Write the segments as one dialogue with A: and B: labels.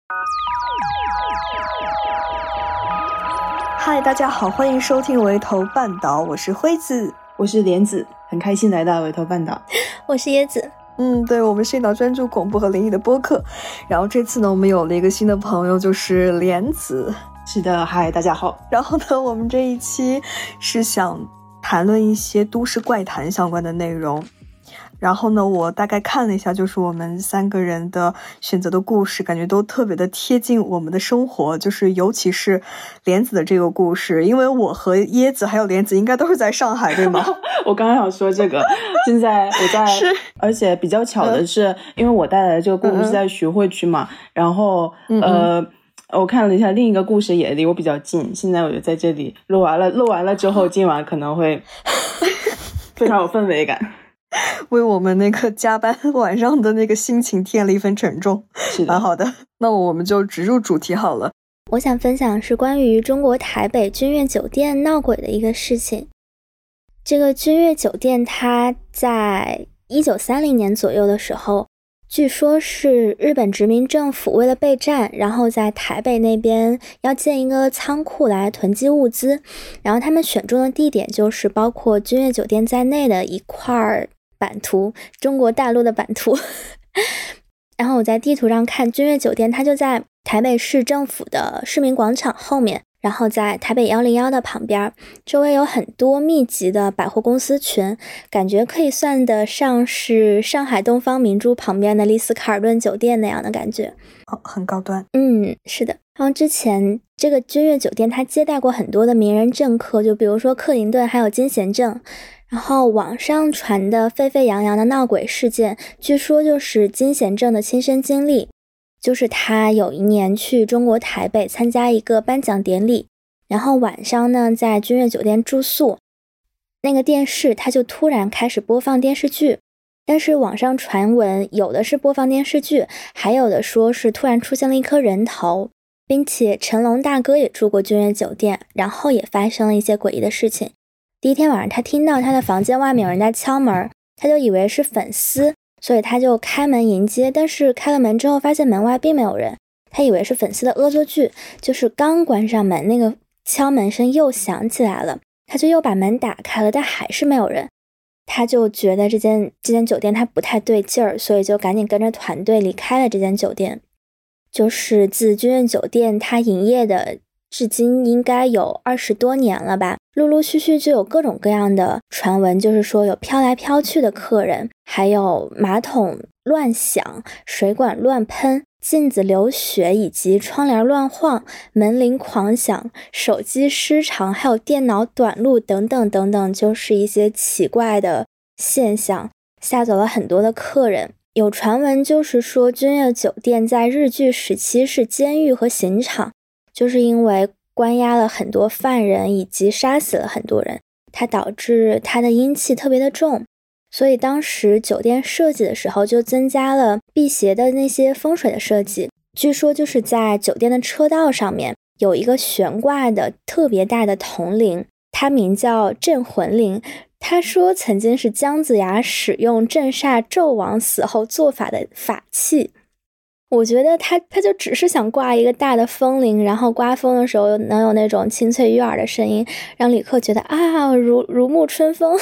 A: 嗨，大家好，欢迎收听围头半岛，我是辉子，
B: 我是莲子，很开心来到围头半岛。
C: 我是椰子。
A: 对，我们是一档专注恐怖和灵异的播客。然后这次呢，我们有了一个新的朋友，就是莲子。
B: 是的，嗨，大家好。
A: 然后呢，我们这一期是想谈论一些都市怪谈相关的内容。然后呢，我大概看了一下，就是我们三个人的选择的故事，感觉都特别的贴近我们的生活，就是尤其是莲子的这个故事，因为我和椰子还有莲子应该都是在上海，对吗？
B: 我刚刚想说这个，现在我在，而且比较巧的是，因为我带来的这个故事是在徐汇区嘛，然后我看了一下另一个故事也离我比较近，现在我就在这里录完了之后，今晚可能会非常有氛围感。
A: 为我们那个加班晚上的那个心情添了一份沉重，
B: 是的，
A: 蛮好的。那我们就直入主题好了。
C: 我想分享是关于中国台北君悦酒店闹鬼的一个事情。这个君悦酒店它在1930年左右的时候，据说是日本殖民政府为了备战，然后在台北那边要建一个仓库来囤积物资，然后他们选中的地点就是包括君悦酒店在内的一块版图，中国大陆的版图。然后我在地图上看，君悦酒店它就在台北市政府的市民广场后面，然后在台北101的旁边，周围有很多密集的百货公司群，感觉可以算得上是上海东方明珠旁边的丽思卡尔顿酒店那样的感觉。
A: 很高端。
C: 是的。然后之前这个君悦酒店它接待过很多的名人政客，就比如说克林顿还有金贤正。然后网上传的沸沸扬扬的闹鬼事件，据说就是金贤正的亲身经历。就是他有一年去中国台北参加一个颁奖典礼，然后晚上呢在君悦酒店住宿，那个电视他就突然开始播放电视剧，但是网上传闻有的是播放电视剧，还有的说是突然出现了一颗人头，并且成龙大哥也住过君悦酒店，然后也发生了一些诡异的事情。第一天晚上他听到他的房间外面有人在敲门，他就以为是粉丝，所以他就开门迎接，但是开了门之后发现门外并没有人，他以为是粉丝的恶作剧，就是刚关上门，那个敲门声又响起来了，他就又把门打开了，但还是没有人。他就觉得这间酒店他不太对劲儿，所以就赶紧跟着团队离开了这间酒店。就是自君悦酒店他营业的至今应该有20多年了吧，陆陆续续就有各种各样的传闻，就是说有飘来飘去的客人，还有马桶乱响、水管乱喷、镜子流血，以及窗帘乱晃、门铃狂响、手机失常，还有电脑短路等等等等，就是一些奇怪的现象，吓走了很多的客人。有传闻就是说君悦酒店在日据时期是监狱和刑场，就是因为关押了很多犯人以及杀死了很多人，它导致它的阴气特别的重，所以当时酒店设计的时候就增加了辟邪的那些风水的设计。据说就是在酒店的车道上面有一个悬挂的特别大的铜铃，它名叫镇魂铃，他说曾经是姜子牙使用镇煞纣王死后做法的法器。我觉得他就只是想挂一个大的风铃，然后刮风的时候能有那种清脆悦耳的声音，让旅客觉得啊如沐春风。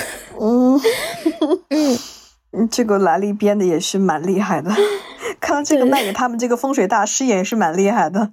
A: 这个来历编的也是蛮厉害的，看到这个卖给他们这个风水大师也是蛮厉害的。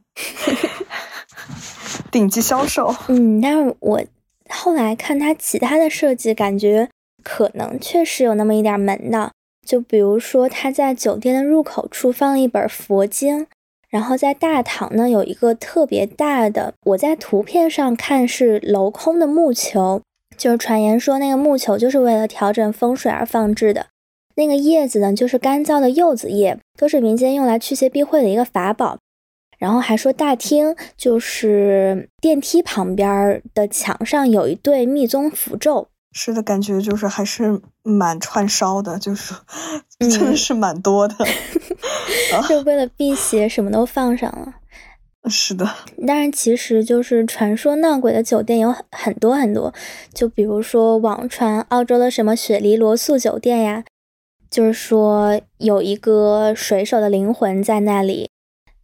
A: 顶级销售。
C: 但是我后来看他其他的设计，感觉可能确实有那么一点门道。就比如说他在酒店的入口处放了一本佛经，然后在大堂呢有一个特别大的，我在图片上看是镂空的木球，就是传言说那个木球就是为了调整风水而放置的，那个叶子呢就是干燥的柚子叶，都是民间用来驱邪避讳的一个法宝。然后还说大厅就是电梯旁边的墙上有一对密宗符咒。
A: 是的，感觉就是还是蛮串烧的，就是真的是蛮多的。
C: 就为了辟邪什么都放上了。
A: 是的，
C: 当然其实就是传说闹鬼的酒店有很多很多，就比如说网传澳洲的什么雪梨罗素酒店呀，就是说有一个水手的灵魂在那里，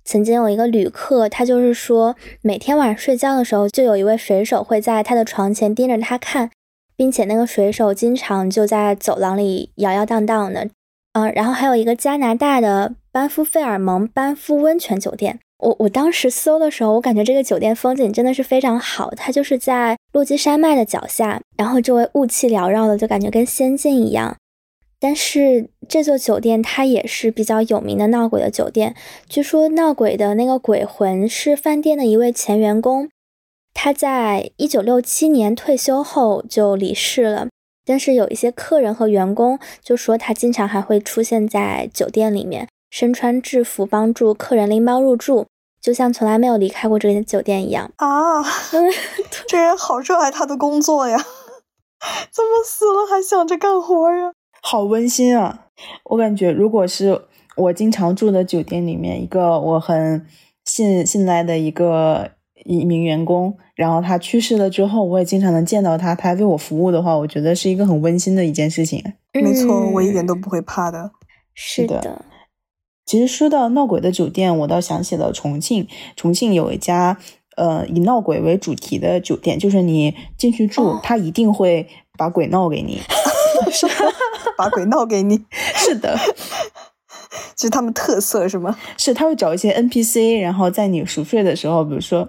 C: 曾经有一个旅客，他就是说每天晚上睡觉的时候，就有一位水手会在他的床前盯着他看，并且那个水手经常就在走廊里摇摇荡荡的。然后还有一个加拿大的班夫费尔蒙班夫温泉酒店，我当时搜的时候，我感觉这个酒店风景真的是非常好，它就是在落基山脉的脚下，然后周围雾气缭绕的，就感觉跟仙境一样。但是这座酒店它也是比较有名的闹鬼的酒店，据说闹鬼的那个鬼魂是饭店的一位前员工，他在1967年退休后就离世了，但是有一些客人和员工就说他经常还会出现在酒店里面，身穿制服帮助客人拎包入住，就像从来没有离开过这间酒店一样
A: 啊。这人好热爱他的工作呀，怎么死了还想着干活呀？
B: 好温馨啊！我感觉如果是我经常住的酒店里面一个我很信赖的一名员工，然后他去世了之后，我也经常能见到他还为我服务的话，我觉得是一个很温馨的一件事情。
A: 没错，我一点都不会怕的。
C: 是的。
B: 其实说到闹鬼的酒店，我倒想起了重庆有一家以闹鬼为主题的酒店，就是你进去住，他一定会把鬼闹给你。
A: 把鬼闹给你。
B: 是的。
A: 这是他们特色是吗？
B: 是，他会找一些 NPC， 然后在你熟睡的时候，比如说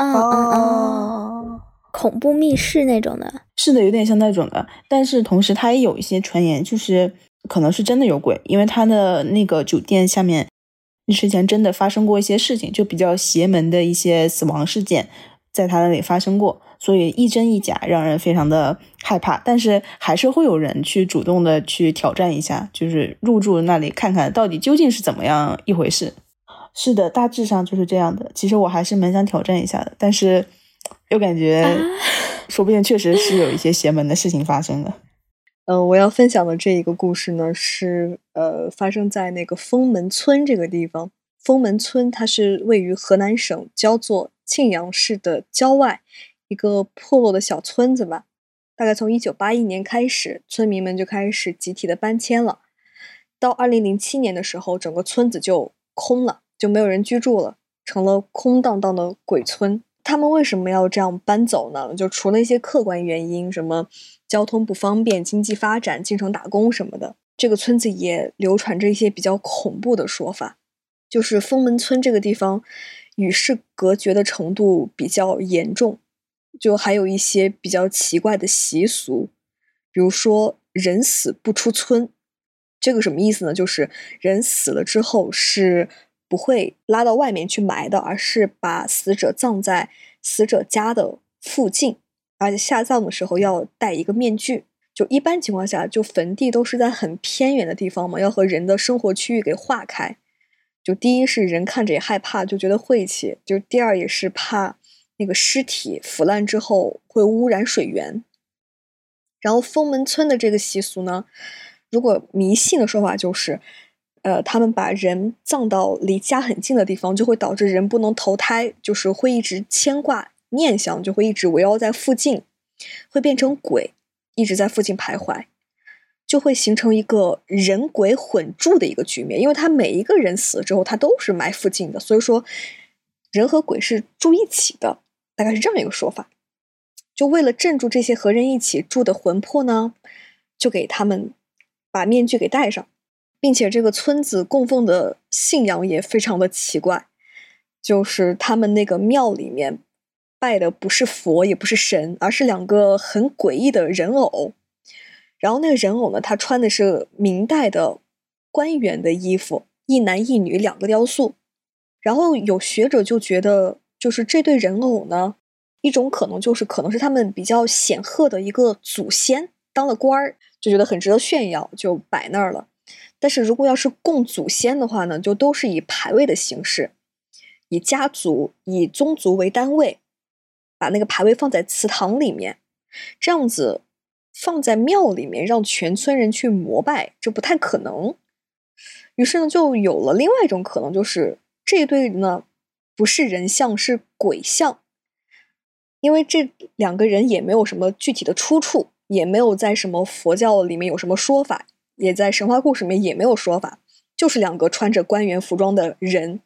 C: 恐怖密室那种的。
B: 是的，有点像那种的。但是同时他也有一些传言，就是可能是真的有鬼，因为他的那个酒店下面之前真的发生过一些事情，就比较邪门的一些死亡事件在他那里发生过，所以一真一假，让人非常的害怕。但是还是会有人去主动的去挑战一下，就是入住那里看看到底究竟是怎么样一回事。是的，大致上就是这样的。其实我还是蛮想挑战一下的，但是又感觉说不定确实是有一些邪门的事情发生的。
A: 我要分享的这一个故事呢，是发生在那个封门村这个地方。封门村它是位于河南省焦作庆阳市的郊外一个破落的小村子吧。大概从1981年开始，村民们就开始集体的搬迁了。到2007年的时候，整个村子就空了，就没有人居住了，成了空荡荡的鬼村。他们为什么要这样搬走呢？就除了一些客观原因，什么交通不方便、经济发展、进城打工什么的，这个村子也流传着一些比较恐怖的说法。就是封门村这个地方与世隔绝的程度比较严重，就还有一些比较奇怪的习俗，比如说人死不出村。这个什么意思呢？就是人死了之后是不会拉到外面去埋的，而是把死者葬在死者家的附近，而且下葬的时候要戴一个面具。就一般情况下，就坟地都是在很偏远的地方嘛，要和人的生活区域给划开。就第一是人看着也害怕，就觉得晦气；就第二也是怕那个尸体腐烂之后会污染水源。然后封门村的这个习俗呢，如果迷信的说法就是，他们把人葬到离家很近的地方，就会导致人不能投胎，就是会一直牵挂念想，就会一直围绕在附近，会变成鬼，一直在附近徘徊。就会形成一个人鬼混住的一个局面，因为他每一个人死了之后，他都是埋附近的，所以说人和鬼是住一起的，大概是这样一个说法。就为了镇住这些和人一起住的魂魄呢，就给他们把面具给戴上，并且这个村子供奉的信仰也非常的奇怪，就是他们那个庙里面拜的不是佛也不是神，而是两个很诡异的人偶。然后那个人偶呢，他穿的是明代的官员的衣服，一男一女两个雕塑。然后有学者就觉得，就是这对人偶呢，一种可能是他们比较显赫的一个祖先当了官儿，就觉得很值得炫耀，就摆那儿了。但是如果要是供祖先的话呢，就都是以牌位的形式，以家族、以宗族为单位，把那个牌位放在祠堂里面，这样子放在庙里面让全村人去膜拜，这不太可能。于是呢，就有了另外一种可能，就是这一对呢不是人像，是鬼像。因为这两个人也没有什么具体的出处，也没有在什么佛教里面有什么说法，也在神话故事里面也没有说法，就是两个穿着官员服装的人。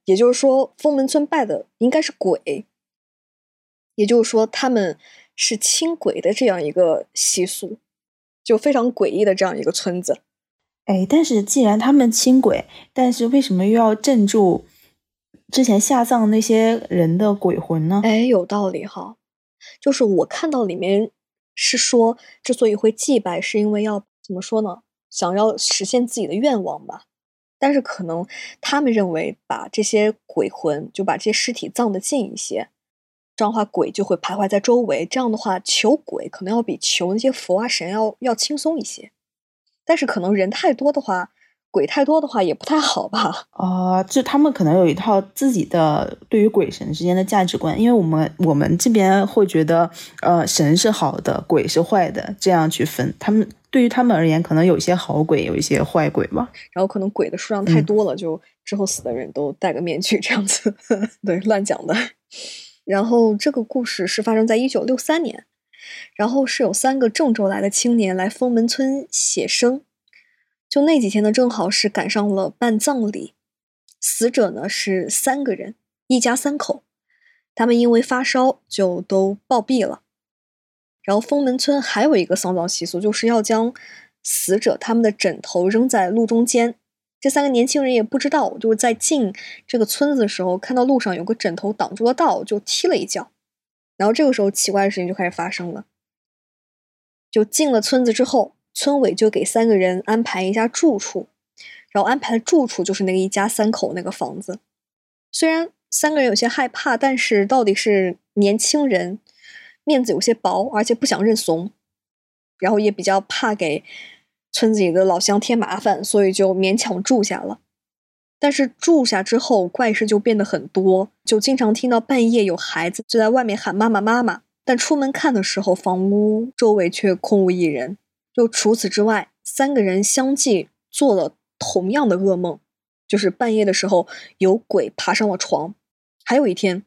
A: 也就是说封门村拜的应该是鬼，也就是说他们是亲鬼的这样一个习俗，就非常诡异的这样一个村子。
B: 但是既然他们亲鬼，但是为什么又要镇住之前下葬那些人的鬼魂呢？
A: 有道理哈。就是我看到里面是说，之所以会祭拜，是因为要怎么说呢？想要实现自己的愿望吧。但是可能他们认为把这些鬼魂，就把这些尸体葬得近一些，这样的话鬼就会徘徊在周围，这样的话求鬼可能要比求那些佛啊神要轻松一些。但是可能人太多的话，鬼太多的话也不太好吧。
B: 就他们可能有一套自己的对于鬼神之间的价值观，因为我们这边会觉得神是好的，鬼是坏的，这样去分。他们对于他们而言，可能有一些好鬼，有一些坏鬼吧。
A: 然后可能鬼的数量太多了，就之后死的人都戴个面具这样子。对，乱讲的。然后这个故事是发生在1963年，然后是有3个郑州来的青年来封门村写生。就那几天呢，正好是赶上了办葬礼，死者呢是3个人，一家3口，他们因为发烧就都暴毙了。然后封门村还有一个丧葬习俗，就是要将死者他们的枕头扔在路中间。这3个年轻人也不知道，就是在进这个村子的时候，看到路上有个枕头挡住了道，就踢了一脚。然后这个时候奇怪的事情就开始发生了，就进了村子之后，村委就给3个人安排一下住处，然后安排的住处就是那个一家3口那个房子。虽然3个人有些害怕，但是到底是年轻人，面子有些薄，而且不想认怂，然后也比较怕给村子里的老乡添麻烦，所以就勉强住下了。但是住下之后，怪事就变得很多，就经常听到半夜有孩子就在外面喊妈妈妈妈，但出门看的时候，房屋周围却空无一人。就除此之外，3个人相继做了同样的噩梦，就是半夜的时候有鬼爬上了床。还有一天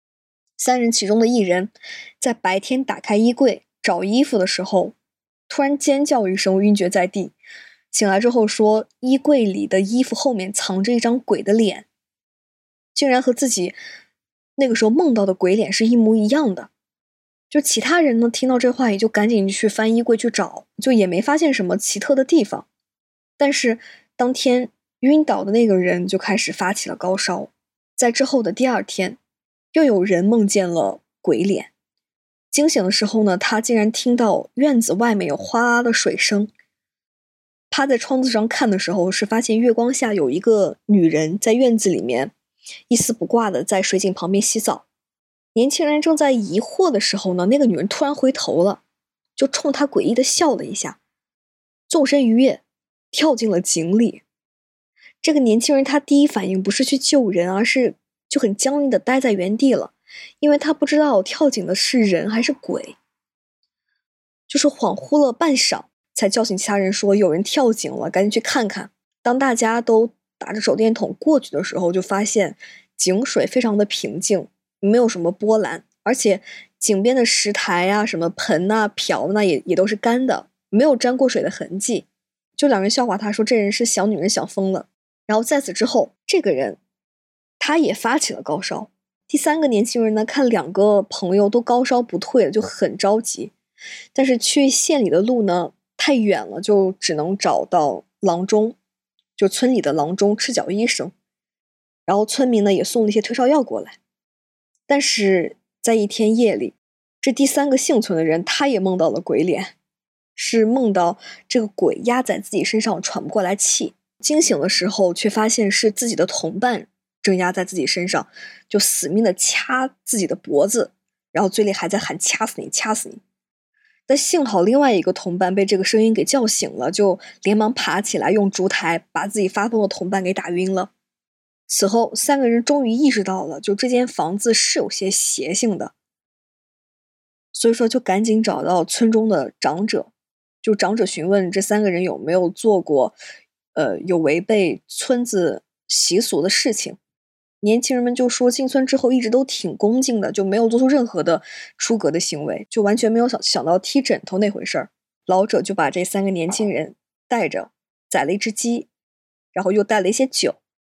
A: ，3人其中的一人在白天打开衣柜找衣服的时候，突然尖叫一声，晕厥在地。醒来之后说，衣柜里的衣服后面藏着一张鬼的脸，竟然和自己那个时候梦到的鬼脸是一模一样的。就其他人呢，听到这话也就赶紧去翻衣柜去找，就也没发现什么奇特的地方。但是当天晕倒的那个人就开始发起了高烧，在之后的第2天，又有人梦见了鬼脸。惊醒的时候呢，他竟然听到院子外面有哗啦的水声。趴在窗子上看的时候，是发现月光下有一个女人在院子里面一丝不挂的在水井旁边洗澡。年轻人正在疑惑的时候呢，那个女人突然回头了，就冲他诡异的笑了一下，纵身一跃跳进了井里。这个年轻人他第一反应不是去救人，而是就很僵硬的待在原地了，因为他不知道跳井的是人还是鬼。就是恍惚了半晌，才叫醒其他人说有人跳井了，赶紧去看看。当大家都打着手电筒过去的时候，就发现井水非常的平静，没有什么波澜，而且井边的石台啊、什么盆啊、瓢呢也都是干的，没有沾过水的痕迹。就2人笑话他说这人是小女人想疯了。然后在此之后，这个人他也发起了高烧。第3个年轻人呢，看2个朋友都高烧不退了，就很着急。但是去县里的路呢太远了，就只能找到郎中，就村里的郎中赤脚医生。然后村民呢也送了一些退烧药过来。但是在一天夜里，这第3个幸存的人他也梦到了鬼脸，是梦到这个鬼压在自己身上喘不过来气，惊醒的时候却发现是自己的同伴正压在自己身上，就死命的掐自己的脖子，然后嘴里还在喊掐死你掐死你。但幸好另外一个同伴被这个声音给叫醒了，就连忙爬起来用烛台把自己发疯的同伴给打晕了。此后3个人终于意识到了，就这间房子是有些邪性的，所以说就赶紧找到村中的长者，就长者询问这3个人有没有做过有违背村子习俗的事情。年轻人们就说进村之后一直都挺恭敬的，就没有做出任何的出格的行为，就完全没有想到踢枕头那回事儿。老者就把这3个年轻人带着宰了一只鸡，然后又带了一些酒，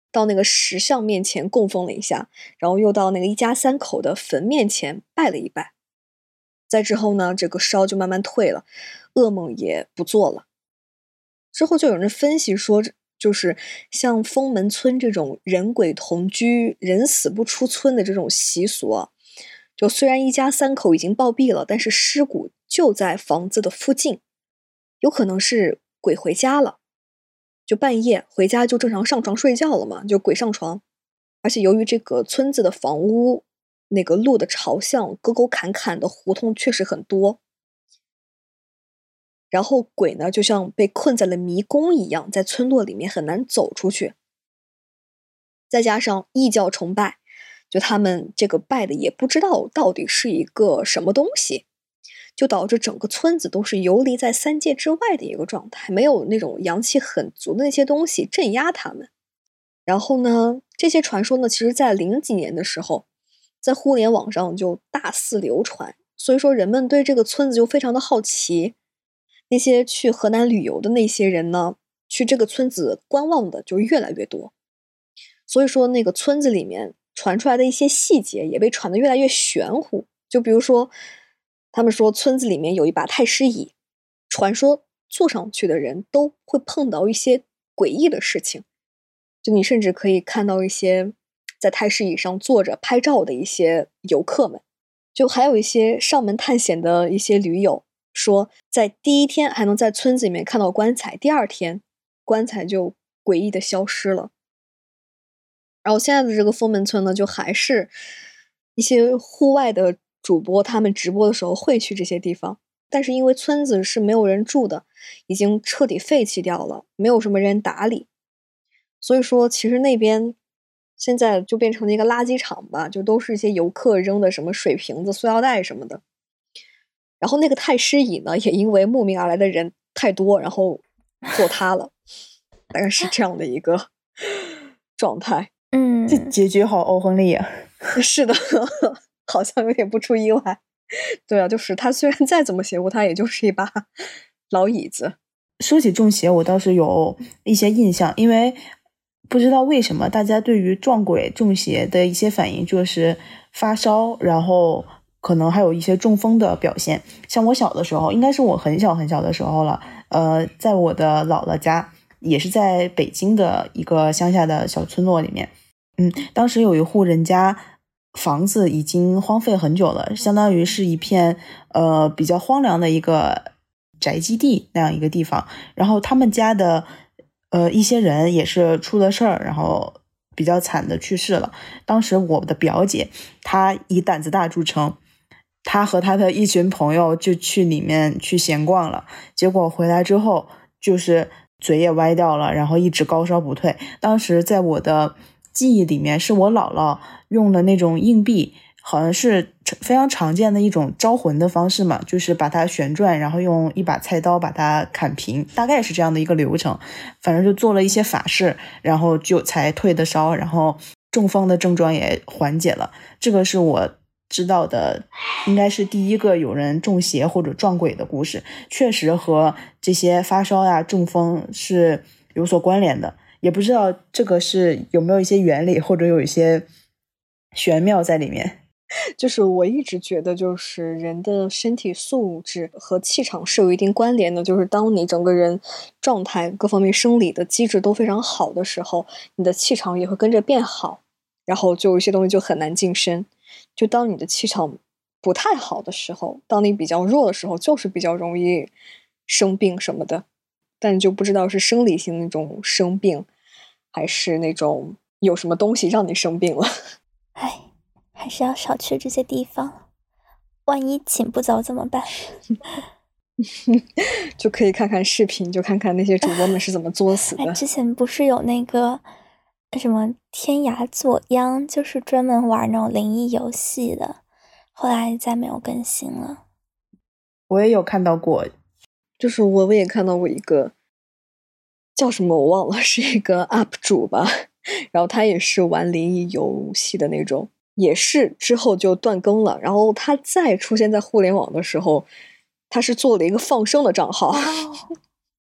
A: 到那个石像面前供奉了一下，然后又到那个一家三口的坟面前拜了一拜。再之后呢，这个烧就慢慢退了，噩梦也不做了。之后就有人分析说，就是像封门村这种人鬼同居、人死不出村的这种习俗啊，就虽然一家三口已经暴毙了，但是尸骨就在房子的附近，有可能是鬼回家了，就半夜回家就正常上床睡觉了嘛，就鬼上床。而且由于这个村子的房屋那个路的朝向沟沟坎坎的胡同确实很多，然后鬼呢就像被困在了迷宫一样，在村落里面很难走出去。再加上异教崇拜，就他们这个拜的也不知道到底是一个什么东西，就导致整个村子都是游离在三界之外的一个状态，没有那种阳气很足的那些东西镇压他们。然后呢，这些传说呢，其实在00几年的时候，在互联网上就大肆流传，所以说人们对这个村子就非常的好奇。那些去河南旅游的那些人呢，去这个村子观望的就越来越多。所以说那个村子里面传出来的一些细节也被传得越来越玄乎。就比如说，他们说村子里面有一把太师椅，传说坐上去的人都会碰到一些诡异的事情。就你甚至可以看到一些在太师椅上坐着拍照的一些游客们，就还有一些上门探险的一些驴友说，在第一天还能在村子里面看到棺材，第二天棺材就诡异的消失了。然后现在的这个封门村呢，就还是一些户外的主播他们直播的时候会去这些地方，但是因为村子是没有人住的，已经彻底废弃掉了，没有什么人打理，所以说其实那边现在就变成了一个垃圾场吧，就都是一些游客扔的什么水瓶子、塑料袋什么的。然后那个太师椅呢，也因为慕名而来的人太多，然后坐塌了，大概是这样的一个状态。
B: 这结局好欧亨利啊！
A: 是的，好像有点不出意外。对啊，就是他虽然再怎么邪乎，他也就是一把老椅子。
B: 说起中邪，我倒是有一些印象，因为不知道为什么大家对于撞鬼中邪的一些反应就是发烧，然后可能还有一些中风的表现。像我小的时候，应该是我很小很小的时候了，在我的姥姥家，也是在北京的一个乡下的小村落里面。当时有一户人家房子已经荒废很久了，相当于是一片比较荒凉的一个宅基地那样一个地方。然后他们家的一些人也是出了事儿，然后比较惨的去世了。当时我的表姐她以胆子大著称，她和她的一群朋友就去里面去闲逛了，结果回来之后就是嘴也歪掉了，然后一直高烧不退。当时在我的记忆里面，是我姥姥用了那种硬币，好像是非常常见的一种招魂的方式嘛，就是把它旋转，然后用一把菜刀把它砍平，大概是这样的一个流程。反正就做了一些法事，然后就才退的烧，然后中风的症状也缓解了。这个是我知道的，应该是第一个有人中邪或者撞鬼的故事，确实和这些发烧呀、中风是有所关联的。也不知道这个是有没有一些原理，或者有一些玄妙在里面。
A: 就是我一直觉得，就是人的身体素质和气场是有一定关联的。就是当你整个人状态各方面生理的机制都非常好的时候，你的气场也会跟着变好，然后就有一些东西就很难近身。就当你的气场不太好的时候，当你比较弱的时候，就是比较容易生病什么的。但就不知道是生理性那种生病，还是那种有什么东西让你生病了。
C: 唉，还是要少去这些地方，万一请不走怎么办？
A: 就可以看看视频，就看看那些主播们是怎么作死的。
C: 之前不是有那个什么天涯左央，就是专门玩那种灵异游戏的，后来再没有更新了。
B: 我也有看到过，
A: 就是我也看到过一个叫什么我忘了，是一个 UP 主吧，然后他也是玩灵异游戏的那种，也是之后就断更了。然后他再出现在互联网的时候，他是做了一个放生的账号。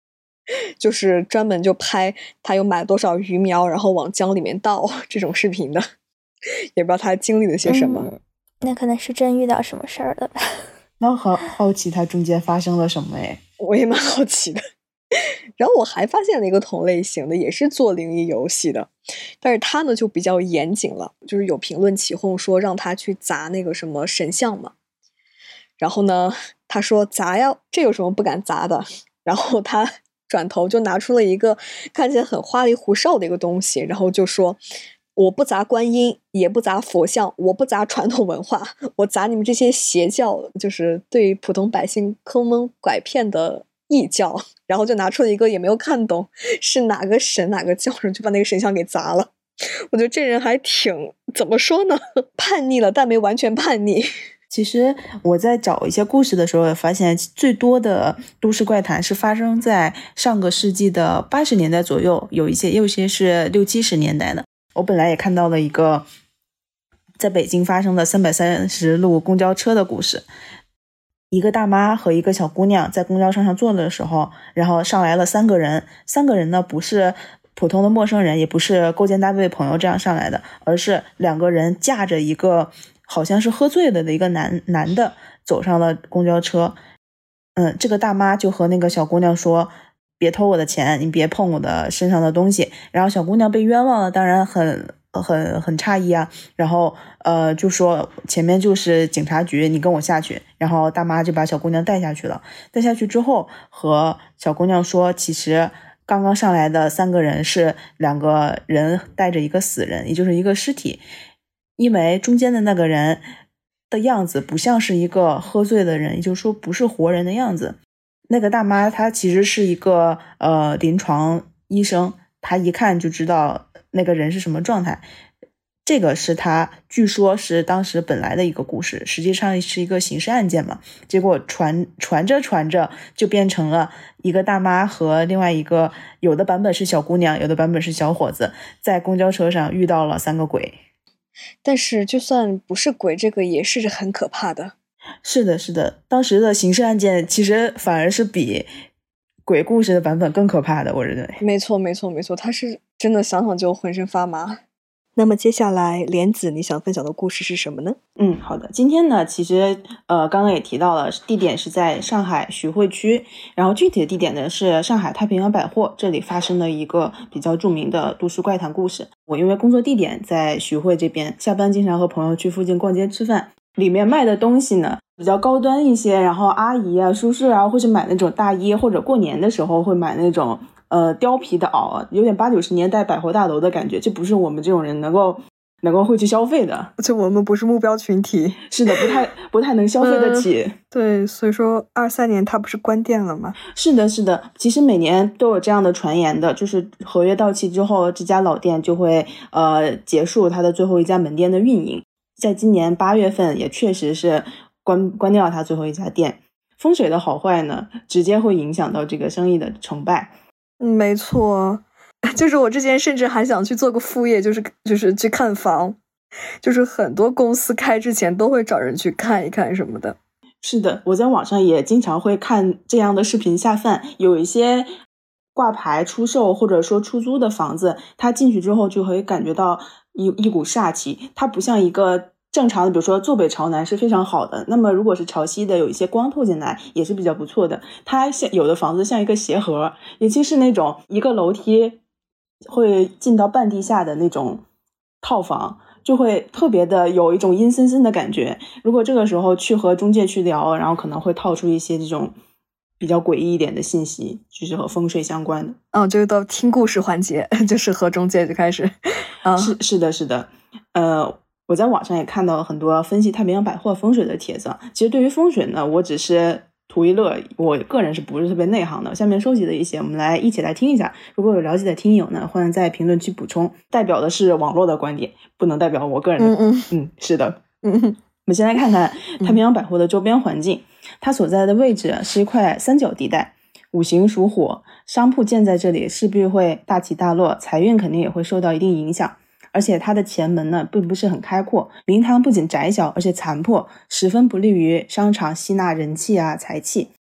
A: 就是专门就拍他有买多少鱼苗，然后往江里面倒这种视频的，也不知道他经历了些什么。
C: 那可能是真遇到什么事儿了吧？
B: 那好奇他中间发生了什么诶。
A: 我也蛮好奇的。然后我还发现了一个同类型的，也是做灵异游戏的，但是他呢就比较严谨了，就是有评论起哄说让他去砸那个什么神像嘛，然后呢他说砸呀，这有什么不敢砸的？然后他转头就拿出了一个看起来很花里胡哨的一个东西，然后就说我不砸观音，也不砸佛像，我不砸传统文化，我砸你们这些邪教，就是对普通百姓坑蒙拐骗的异教。然后就拿出了一个也没有看懂是哪个神哪个教，就把那个神像给砸了。我觉得这人还挺怎么说呢，叛逆了但没完全叛逆。
B: 其实我在找一些故事的时候也发现，最多的都市怪谈是发生在上个世纪的80年代左右，有一些是60、70年代的。我本来也看到了一个在北京发生的330路公交车的故事，一个大妈和一个小姑娘在公交车上坐的时候，然后上来了3个人，3个人呢不是普通的陌生人，也不是勾肩搭背朋友这样上来的，而是2个人架着一个好像是喝醉了的一个男的走上了公交车。这个大妈就和那个小姑娘说，别偷我的钱，你别碰我的身上的东西。然后小姑娘被冤枉了，当然很诧异啊。然后就说前面就是警察局，你跟我下去。然后大妈就把小姑娘带下去了。带下去之后和小姑娘说，其实刚刚上来的3个人是2个人带着一个死人，也就是一个尸体。因为中间的那个人的样子不像是一个喝醉的人，也就是说不是活人的样子。那个大妈她其实是一个临床医生，她一看就知道那个人是什么状态。这个是她据说是当时本来的一个故事，实际上是一个刑事案件嘛。结果传着就变成了一个大妈和另外一个，有的版本是小姑娘，有的版本是小伙子，在公交车上遇到了3个鬼。
A: 但是就算不是鬼，这个也是很可怕的。
B: 是的，当时的刑事案件其实反而是比鬼故事的版本更可怕的，我认为。
A: 没错，他是真的想想就浑身发麻。那么接下来莲子你想分享的故事是什么呢？
B: 好的，今天呢其实刚刚也提到了，地点是在上海徐汇区，然后具体的地点呢是上海太平洋百货，这里发生了一个比较著名的都市怪谈故事。我因为工作地点在徐汇这边，下班经常和朋友去附近逛街吃饭，里面卖的东西呢比较高端一些，然后阿姨啊叔叔啊会去买那种大衣，或者过年的时候会买那种貂皮的袄，有点80、90年代百货大楼的感觉，这不是我们这种人能够会去消费的，
A: 就我们不是目标群体。
B: 是的，不太能消费得起。
A: 对，所以说23年它不是关店了吗？
B: 是的，其实每年都有这样的传言的，就是合约到期之后，这家老店就会结束它的最后一家门店的运营。在今年8月份也确实是关掉它最后一家店。风水的好坏呢，直接会影响到这个生意的成败。
A: 没错，就是我之前甚至还想去做个副业，就是去看房，就是很多公司开之前都会找人去看一看什么的。
B: 是的，我在网上也经常会看这样的视频下饭，有一些挂牌出售或者说出租的房子，它进去之后就会感觉到一股煞气，它不像一个正常的，比如说坐北朝南是非常好的，那么如果是朝西的，有一些光透进来也是比较不错的。它像有的房子像一个鞋盒，尤其是那种一个楼梯会进到半地下的那种套房，就会特别的有一种阴森森的感觉。如果这个时候去和中介去聊，然后可能会套出一些这种比较诡异一点的信息，就是和风水相关的。
A: 这个到听故事环节，就是和中介就开始。
B: 是的。我在网上也看到了很多分析太平洋百货风水的帖子。其实对于风水呢，我只是图一乐，我个人是不是特别内行的。下面收集的一些，我们一起来听一下。如果有了解的听友呢，欢迎在评论区补充。代表的是网络的观点，不能代表我个人的。是的。我们先来看看太平洋百货的周边环境。它所在的位置是一块三角地带，五行属火，商铺建在这里势必会大起大落，财运肯定也会受到一定影响。而且它的前门呢并不是很开阔，明堂不仅窄小而且残破，十分不利于商场吸纳人气啊财气。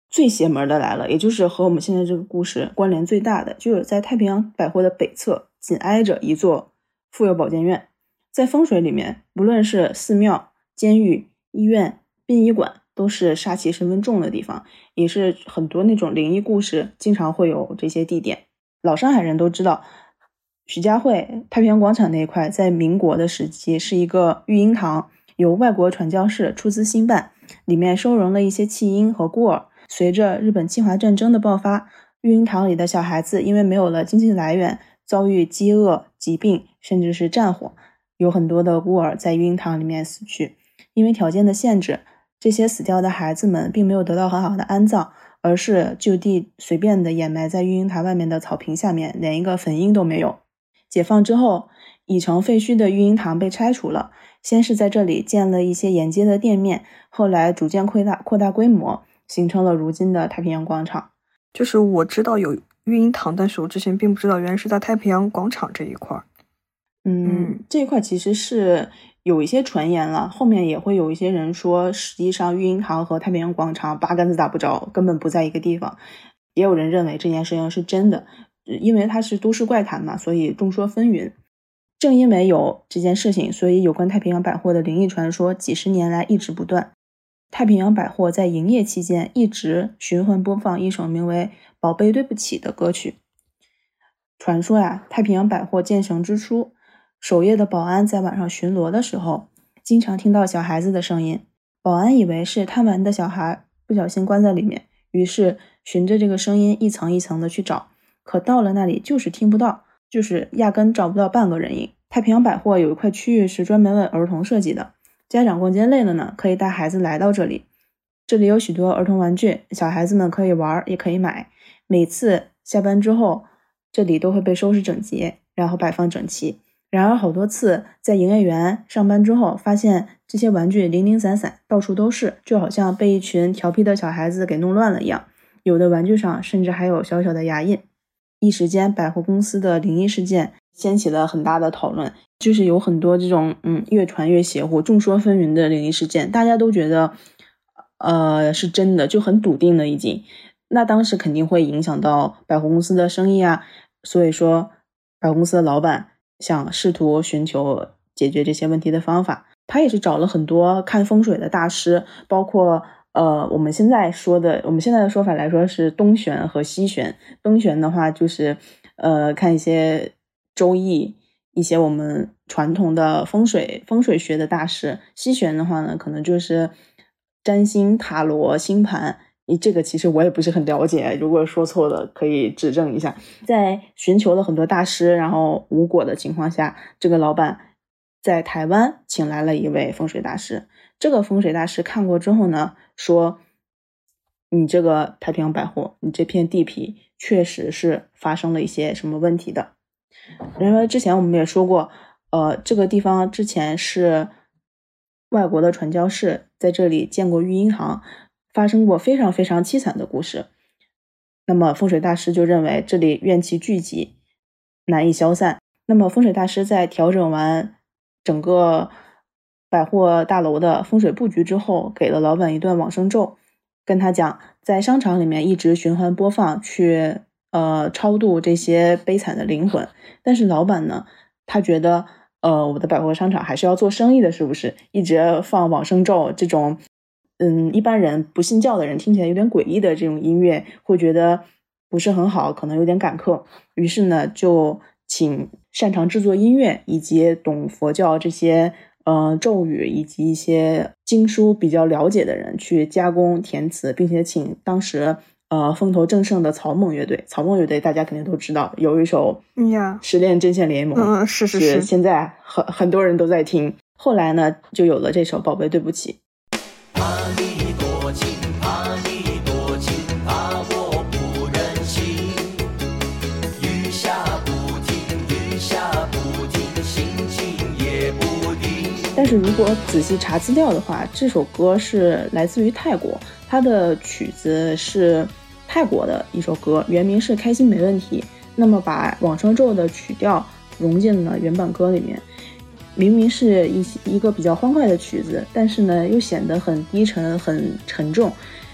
B: 最邪门的来了，也就是和我们现在这个故事关联最大的，就是在太平洋百货的北侧紧挨着一座妇幼保健院。在风水里面，不论是寺庙、监狱、医院、殡仪馆，都是杀气十分重的地方，也是很多那种灵异故事经常会有这些地点。老上海人都知道，徐家汇太平洋广场那一块在民国的时期是一个育婴堂，由外国传教士出资兴办，里面收容了一些弃婴和孤儿。随着日本侵华战争的爆发，育婴堂里的小孩子因为没有了经济来源，遭遇饥饿、疾病，甚至是战火，有很多的孤儿在育婴堂里面死去。因为条件的限制，这些死掉的孩子们并没有得到很好的安葬，而是就地随便的掩埋在育婴堂外面的草坪下面，连一个坟茔都没有。解放之后，已成废墟的育婴堂被拆除了，先是在这里建了一些沿街的店面，后来逐渐扩大规模，形成了如今的太平洋广场。
A: 就是我知道有育婴堂，但是我之前并不知道原来是在太平洋广场这一块。
B: 这一块其实是有一些传言了，后面也会有一些人说，实际上育婴堂和太平洋广场八竿子打不着，根本不在一个地方。也有人认为这件事情是真的，因为它是都市怪谈嘛，所以众说纷纭。正因为有这件事情，所以有关太平洋百货的灵异传说几十年来一直不断。太平洋百货在营业期间一直循环播放一首名为《宝贝对不起》的歌曲。传说太平洋百货建成之初，守夜的保安在晚上巡逻的时候，经常听到小孩子的声音。保安以为是贪玩的小孩不小心关在里面，于是循着这个声音一层一层的去找，可到了那里就是听不到，就是压根找不到半个人影。太平洋百货有一块区域是专门为儿童设计的，家长逛街累了呢，可以带孩子来到这里。这里有许多儿童玩具，小孩子们可以玩也可以买。每次下班之后，这里都会被收拾整洁，然后摆放整齐。然而好多次在营业员上班之后，发现这些玩具零零散散，到处都是，就好像被一群调皮的小孩子给弄乱了一样。有的玩具上甚至还有小小的牙印。一时间百货公司的灵异事件掀起了很大的讨论，就是有很多这种越传越邪乎、众说纷纭的灵异事件，大家都觉得是真的，就很笃定了已经。那当时肯定会影响到百货公司的生意啊，所以说百货公司的老板想试图寻求解决这些问题的方法。他也是找了很多看风水的大师，包括我们现在的说法来说是东玄和西玄。东玄的话就是看一些周易，一些我们传统的风水学的大师。西玄的话呢，可能就是占星、塔罗、星盘。这个其实我也不是很了解，如果说错了可以指正一下。在寻求了很多大师然后无果的情况下，这个老板在台湾请来了一位风水大师。这个风水大师看过之后呢，说你这个太平洋百货，你这片地皮确实是发生了一些什么问题的。然而之前我们也说过，这个地方之前是外国的传教士在这里建过育婴堂，发生过非常非常凄惨的故事。那么风水大师就认为这里怨气聚集，难以消散。那么风水大师在调整完整个百货大楼的风水布局之后，给了老板一段往生咒，跟他讲在商场里面一直循环播放，去超度这些悲惨的灵魂。但是老板呢，他觉得我的百货商场还是要做生意的，是不是一直放往生咒这种一般人不信教的人听起来有点诡异的这种音乐，会觉得不是很好，可能有点赶客。于是呢，就请擅长制作音乐以及懂佛教这些咒语以及一些经书比较了解的人去加工填词，并且请当时风头正盛的草蜢乐队。草蜢乐队大家肯定都知道，有一首失恋阵线联盟，
A: 是
B: 现在很多人都在听。后来呢，就有了这首宝贝对不起。
D: 怕你多情，怕你多情，怕我不忍心。雨下不停，雨下不停，心情也不定。
B: 但是如果仔细查资料的话，这首歌是来自于泰国，它的曲子是泰国的一首歌，原名是开心没问题。那么把往生咒的曲调融进了原版歌里面，明明是一个比较欢快的曲子，但是呢又显得很低沉很沉重。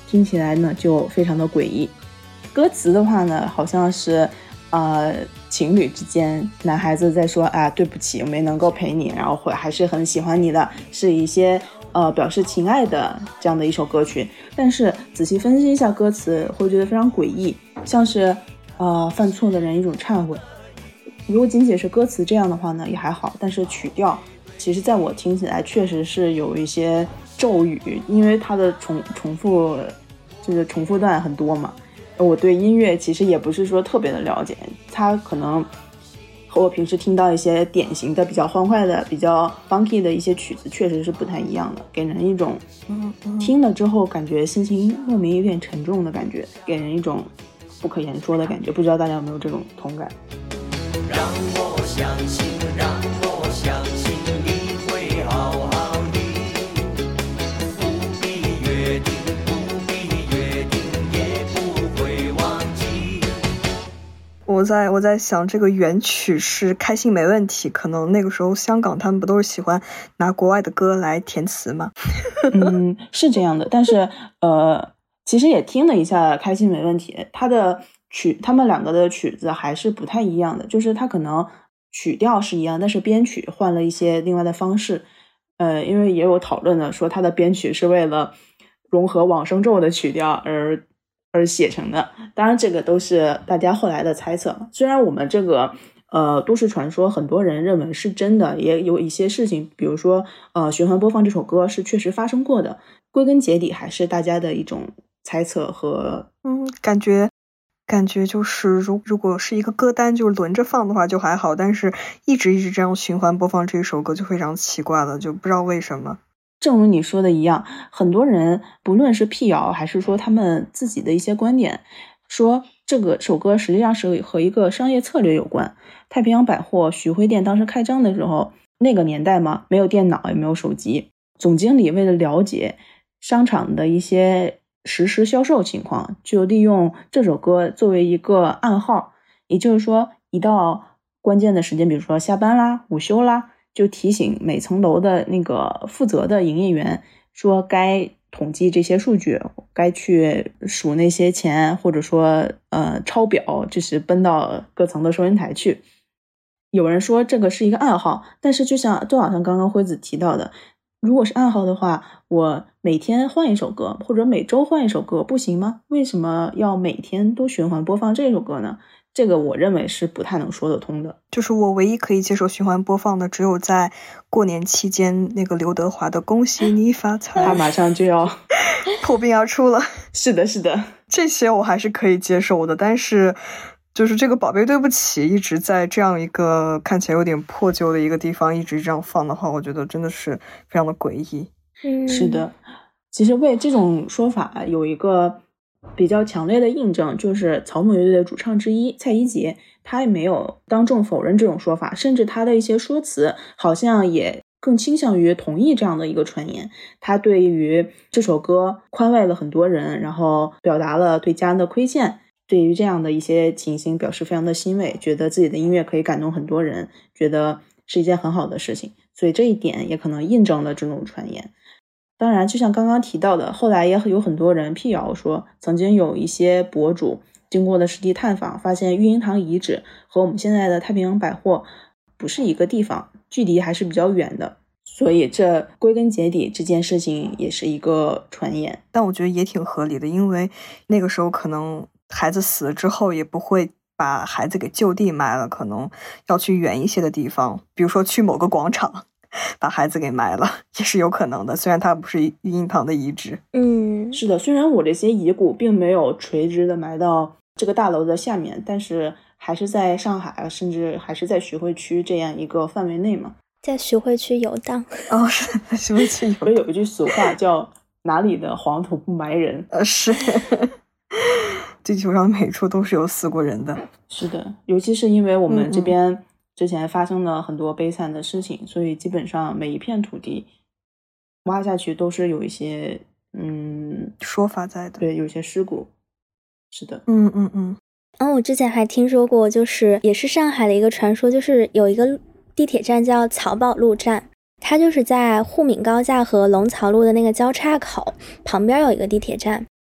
B: 听起来呢就非常的诡异。歌词的话呢，好像是情侣之间，男孩子在说啊，对不起，我没能够陪你，然后还是很喜欢你的，是一些表示情爱的这样的一首歌曲。但是仔细分析一下歌词，会觉得非常诡异，像是犯错的人一种忏悔。如果仅仅是歌词这样的话呢，也还好，但是曲调其实在我听起来确实是有一些咒语，因为它的重复就是重复段很多嘛。我对音乐其实也不是说特别的了解，它可能和我平时听到一些典型的比较欢快的比较 funky 的一些曲子确实是不太一样的，给人一种听了之后感觉心情莫名有点沉重的感觉，给人一种不可言说的感觉。不知道大家有没有这种同感？
D: 让我相信，让我相信你会好好的，不必约定，不必约定，也不会忘记。
A: 我在想，这个原曲是开心没问题，可能那个时候香港他们不都是喜欢拿国外的歌来填词吗？
B: 是这样的，但是其实也听了一下开心没问题，他们两个的曲子还是不太一样的，就是它可能曲调是一样，但是编曲换了一些另外的方式。因为也有讨论的说，它的编曲是为了融合往生咒的曲调而写成的。当然，这个都是大家后来的猜测。虽然我们这个都市传说，很多人认为是真的，也有一些事情，比如说循环播放这首歌是确实发生过的。归根结底，还是大家的一种猜测和
A: 感觉就是如果是一个歌单就轮着放的话就还好，但是一直这样循环播放这首歌就非常奇怪了，就不知道为什么。
B: 正如你说的一样，很多人不论是辟谣还是说他们自己的一些观点，说这首歌实际上是和一个商业策略有关。太平洋百货徐汇店当时开张的时候，那个年代嘛，没有电脑也没有手机，总经理为了了解商场的一些实时销售情况，就利用这首歌作为一个暗号，也就是说一到关键的时间，比如说下班啦、午休啦，就提醒每层楼的那个负责的营业员说该统计这些数据，该去数那些钱，或者说抄表，就是奔到各层的收银台去。有人说这个是一个暗号，但是就好像刚刚辉子提到的，如果是暗号的话，我每天换一首歌，或者每周换一首歌，不行吗？为什么要每天都循环播放这首歌呢？这个我认为是不太能说得通的。
A: 就是我唯一可以接受循环播放的，只有在过年期间那个刘德华的《恭喜你发财》，
B: 他马上就要
A: 破冰而出了。
B: 是的，是的，
A: 这些我还是可以接受的，但是就是这个宝贝对不起一直在这样一个看起来有点破旧的一个地方一直这样放的话，我觉得真的是非常的诡异。
B: 是的，其实为这种说法有一个比较强烈的印证，就是草蜢乐队的主唱之一蔡一杰，他也没有当众否认这种说法，甚至他的一些说辞好像也更倾向于同意这样的一个传言。他对于这首歌宽慰了很多人，然后表达了对家人的亏欠，对于这样的一些情形表示非常的欣慰，觉得自己的音乐可以感动很多人，觉得是一件很好的事情，所以这一点也可能印证了这种传言。当然就像刚刚提到的，后来也有很多人辟谣说，曾经有一些博主经过了实地探访，发现育婴堂遗址和我们现在的太平洋百货不是一个地方，距离还是比较远的，所以这归根结底这件事情也是一个传言。
A: 但我觉得也挺合理的，因为那个时候可能孩子死了之后也不会把孩子给就地埋了，可能要去远一些的地方，比如说去某个广场把孩子给埋了，也是有可能的，虽然它不是育婴堂的遗址。
B: 是的，虽然我这些遗骨并没有垂直的埋到这个大楼的下面，但是还是在上海，甚至还是在徐汇区这样一个范围内嘛，
C: 在徐汇区游荡。
A: 是在徐汇区游荡。
B: 所以有一句俗话叫哪里的黄土不埋人。
A: 是地球上每处都是有死过人的。
B: 是的，尤其是因为我们这边之前发生了很多悲惨的事情，所以基本上每一片土地挖下去都是有一些
A: 说法在的。
B: 对，有一些尸骨。是的。
C: 我之前还听说过，就是也是上海的一个传说，就是有一个地铁站叫漕宝路站，它就是在沪闵高架和龙槽路的那个交叉口旁边有一个地铁站，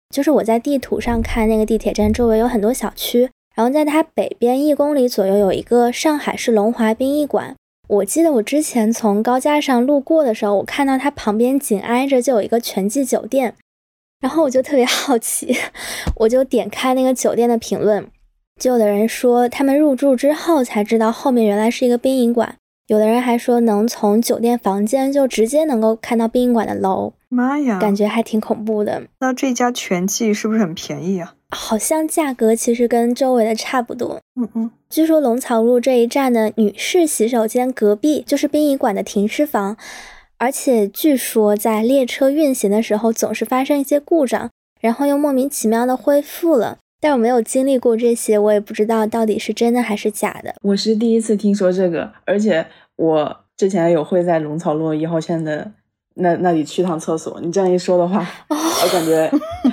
C: 就是我在地图上看那个地铁站周围有很多小区，然后在它北边1公里左右有一个上海市龙华殡仪馆。我记得我之前从高架上路过的时候，我看到它旁边紧挨着就有一个全季酒店，然后我就特别好奇，我就点开那个酒店的评论，就有的人说他们入住之后才知道后面原来是一个殡仪馆，有的人还说能从酒店房间就直接能够看到殡仪馆的楼。
A: 妈呀，
C: 感觉还挺恐怖的。
A: 那这家全季是不是很便宜啊？
C: 好像价格其实跟周围的差不多。据说龙草路这一站的女士洗手间隔壁就是殡仪馆的停尸房，而且据说在列车运行的时候总是发生一些故障，然后又莫名其妙的恢复了。但我没有经历过这些，我也不知道到底是真的还是假的。
B: 我是第一次听说这个，而且我之前有会在龙草路1号线的那里去趟厕所。你这样一说的话，我感觉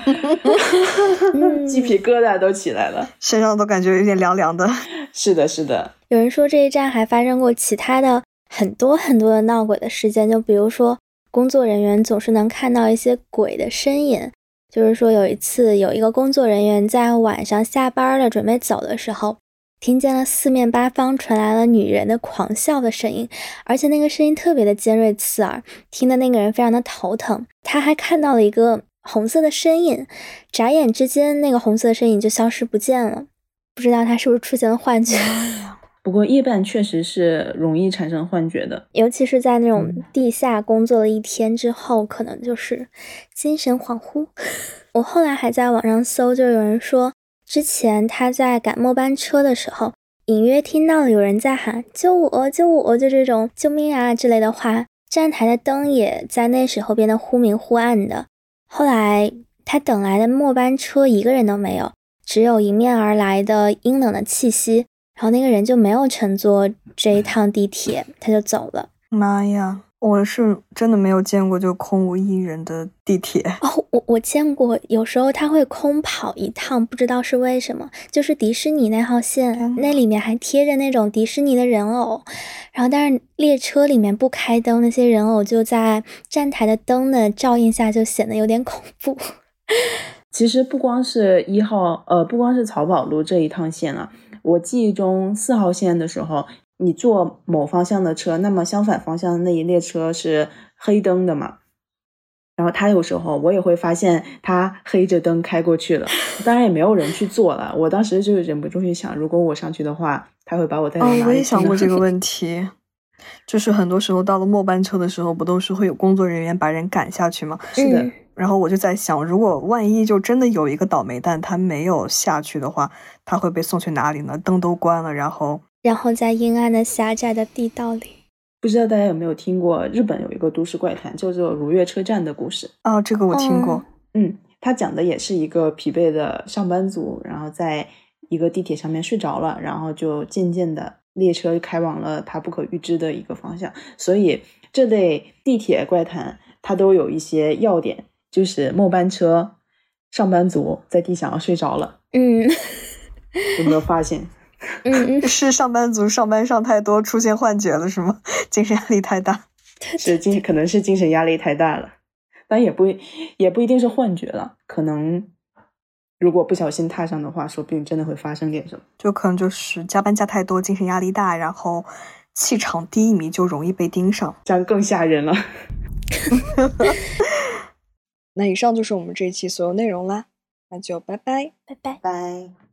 B: 鸡皮疙瘩都起来了，
A: 身上都感觉有点凉凉的。
B: 是的是的。
C: 有人说这一站还发生过其他的很多的闹鬼的事件，就比如说工作人员总是能看到一些鬼的身影。就是说有一次有一个工作人员在晚上下班了准备走的时候，听见了四面八方传来了女人的狂笑的声音，而且那个声音特别的尖锐刺耳，听的那个人非常的头疼。他还看到了一个红色的身影，眨眼之间那个红色的身影就消失不见了，不知道他是不是出现了幻觉。
B: 不过夜半确实是容易产生幻觉的，
C: 尤其是在那种地下工作了一天之后，可能就是精神恍惚。我后来还在网上搜，就有人说之前他在赶末班车的时候，隐约听到了有人在喊救我救我，就这种救命啊之类的话。站台的灯也在那时候变得忽明忽暗的。后来他等来的末班车一个人都没有，只有迎面而来的阴冷的气息，然后那个人就没有乘坐这一趟地铁，他就走了。
A: 妈呀，我是真的没有见过就空无一人的地铁。
C: 我见过，有时候他会空跑一趟，不知道是为什么。就是迪士尼那号线，那里面还贴着那种迪士尼的人偶，然后但是列车里面不开灯，那些人偶就在站台的灯的照映下就显得有点恐怖。
B: 其实不光是不光是漕宝路这一趟线啊，我记忆中4号线的时候，你坐某方向的车，那么相反方向的那一列车是黑灯的嘛，然后他有时候我也会发现他黑着灯开过去了，当然也没有人去坐了。我当时就忍不住去想，如果我上去的话，他会把我带到哪里去呢？
A: 我也想过这个问题。就是很多时候到了末班车的时候，不都是会有工作人员把人赶下去吗？
B: 是的。
A: 然后我就在想，如果万一就真的有一个倒霉蛋他没有下去的话，他会被送去哪里呢？灯都关了，然后
C: 在阴暗的狭窄的地道里。
B: 不知道大家有没有听过日本有一个都市怪谈叫做如月车站的故事。
A: 这个我听过。
B: 他讲的也是一个疲惫的上班族，然后在一个地铁上面睡着了，然后就渐渐的列车开往了他不可预知的一个方向。所以这类地铁怪谈它都有一些要点，就是末班车上班族在地上睡着了。有没有发现？
A: 是上班族上班上太多出现幻觉了是吗？精神压力太大。
B: 可能是精神压力太大了，但也不一定是幻觉了，可能如果不小心踏上的话，说不定真的会发生点什么。
A: 就可能就是加班加太多，精神压力大，然后气场低一米就容易被盯上，
B: 这样更吓人了。
A: 那以上就是我们这一期所有内容啦，那就拜拜。
C: 拜拜。
B: 拜。